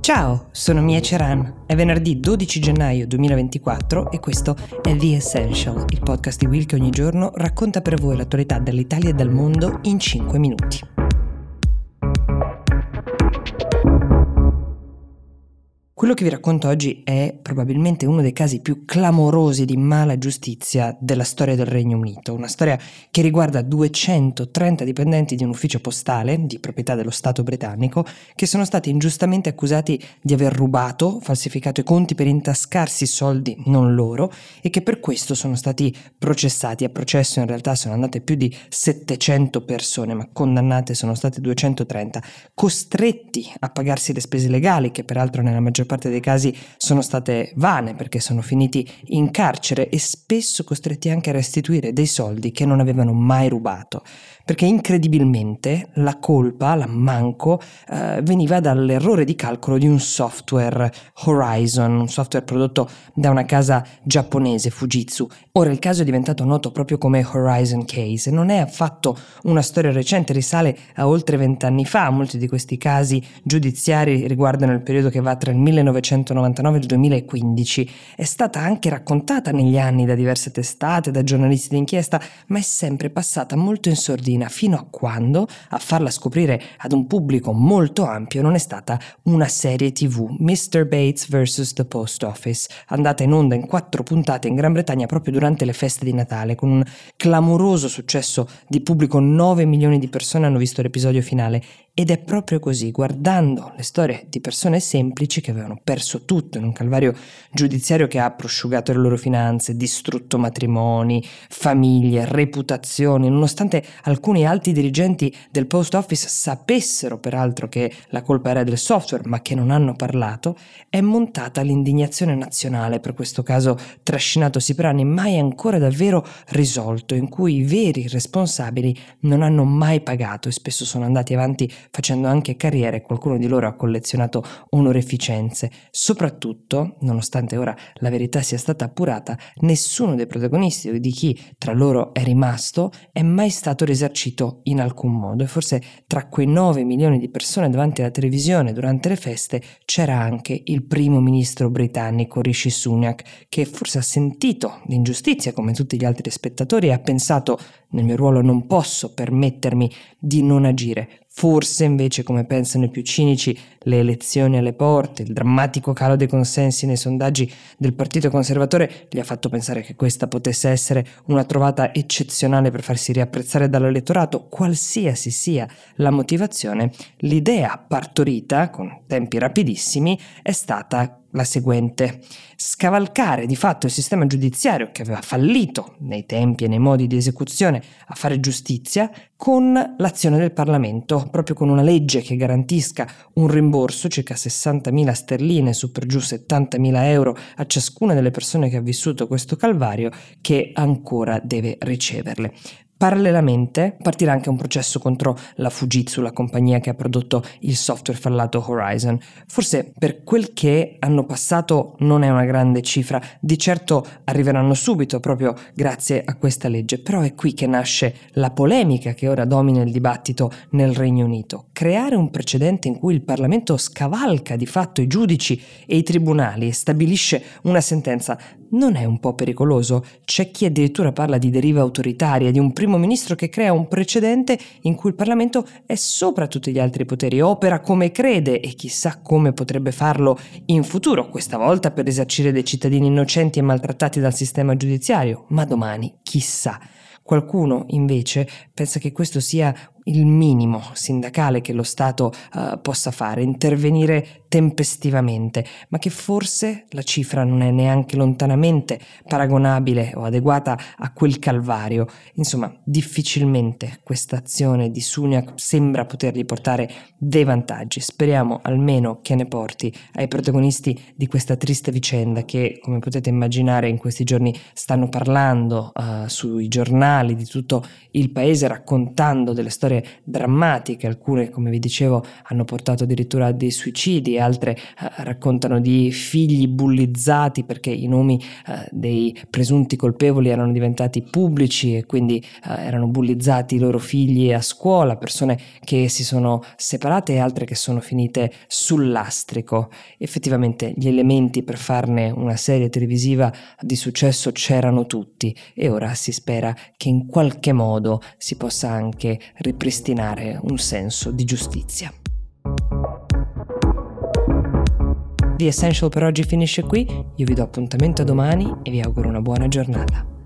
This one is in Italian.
Ciao, sono Mia Ceran. È venerdì 12 gennaio 2024 e questo è The Essential, il podcast di Will che ogni giorno racconta per voi l'attualità dall'Italia e dal mondo in 5 minuti. Quello che vi racconto oggi è probabilmente uno dei casi più clamorosi di mala giustizia della storia del Regno Unito, una storia che riguarda 230 dipendenti di un ufficio postale di proprietà dello Stato britannico che sono stati ingiustamente accusati di aver rubato, falsificato i conti per intascarsi soldi non loro e che per questo sono stati processati. A processo in realtà sono andate più di 700 persone, ma condannate sono state 230, costretti a pagarsi le spese legali che peraltro nella maggior parte dei casi sono state vane perché sono finiti in carcere e spesso costretti anche a restituire dei soldi che non avevano mai rubato, perché incredibilmente la colpa, l'ammanco, veniva dall'errore di calcolo di un software Horizon, un software prodotto da una casa giapponese, Fujitsu. Ora il caso è diventato noto proprio come Horizon Case e non è affatto una storia recente, risale a oltre 20 anni fa. Molti di questi casi giudiziari riguardano il periodo che va tra il 1999 e il 2015. È stata anche raccontata negli anni da diverse testate, da giornalisti d'inchiesta, ma è sempre passata molto in sordina fino a quando a farla scoprire ad un pubblico molto ampio non è stata una serie TV, Mr. Bates vs. The Post Office, andata in onda in 4 puntate in Gran Bretagna proprio durante le feste di Natale, con un clamoroso successo di pubblico. 9 milioni di persone hanno visto l'episodio finale. Ed è proprio così, guardando le storie di persone semplici che avevano perso tutto in un calvario giudiziario che ha prosciugato le loro finanze, distrutto matrimoni, famiglie, reputazioni, nonostante alcuni alti dirigenti del Post Office sapessero peraltro che la colpa era del software, ma che non hanno parlato, è montata l'indignazione nazionale per questo caso trascinatosi per anni, mai ancora davvero risolto, in cui i veri responsabili non hanno mai pagato e spesso sono andati avanti facendo anche carriera e qualcuno di loro ha collezionato onoreficenze. Soprattutto, nonostante ora la verità sia stata appurata, nessuno dei protagonisti o di chi tra loro è rimasto è mai stato risarcito in alcun modo, e forse tra quei 9 milioni di persone davanti alla televisione durante le feste c'era anche il primo ministro britannico Rishi Sunak, che forse ha sentito l'ingiustizia come tutti gli altri spettatori e ha pensato: nel mio ruolo non posso permettermi di non agire. Forse invece, come pensano i più cinici, le elezioni alle porte, il drammatico calo dei consensi nei sondaggi del Partito Conservatore gli ha fatto pensare che questa potesse essere una trovata eccezionale per farsi riapprezzare dall'elettorato. Qualsiasi sia la motivazione, l'idea partorita con tempi rapidissimi è stata la seguente: scavalcare di fatto il sistema giudiziario che aveva fallito nei tempi e nei modi di esecuzione a fare giustizia con l'azione del Parlamento, proprio con una legge che garantisca un rimborso, circa 60.000 sterline, su per giù 70.000 euro a ciascuna delle persone che ha vissuto questo calvario, che ancora deve riceverle. Parallelamente partirà anche un processo contro la Fujitsu, la compagnia che ha prodotto il software fallato Horizon. Forse per quel che hanno passato non è una grande cifra, di certo arriveranno subito proprio grazie a questa legge, però è qui che nasce la polemica che ora domina il dibattito nel Regno Unito. Creare un precedente in cui il Parlamento scavalca di fatto i giudici e i tribunali e stabilisce una sentenza non è un po' pericoloso? C'è chi addirittura parla di deriva autoritaria, di un primo ministro che crea un precedente in cui il Parlamento è sopra tutti gli altri poteri, opera come crede e chissà come potrebbe farlo in futuro, questa volta per risarcire dei cittadini innocenti e maltrattati dal sistema giudiziario, ma domani chissà. Qualcuno invece pensa che questo sia il minimo sindacale che lo Stato possa fare, intervenire tempestivamente, ma che forse la cifra non è neanche lontanamente paragonabile o adeguata a quel calvario. Insomma, difficilmente questa azione di Sunak sembra potergli portare dei vantaggi. Speriamo almeno che ne porti ai protagonisti di questa triste vicenda che, come potete immaginare, in questi giorni stanno parlando sui giornali di tutto il paese, raccontando delle storie storie drammatiche, alcune, come vi dicevo, hanno portato addirittura a dei suicidi, altre raccontano di figli bullizzati perché i nomi dei presunti colpevoli erano diventati pubblici e quindi erano bullizzati i loro figli a scuola, persone che si sono separate e altre che sono finite sul lastrico. Effettivamente gli elementi per farne una serie televisiva di successo c'erano tutti e ora si spera che in qualche modo si possa anche ripristinare un senso di giustizia. The Essential per oggi finisce qui, io vi do appuntamento a domani e vi auguro una buona giornata.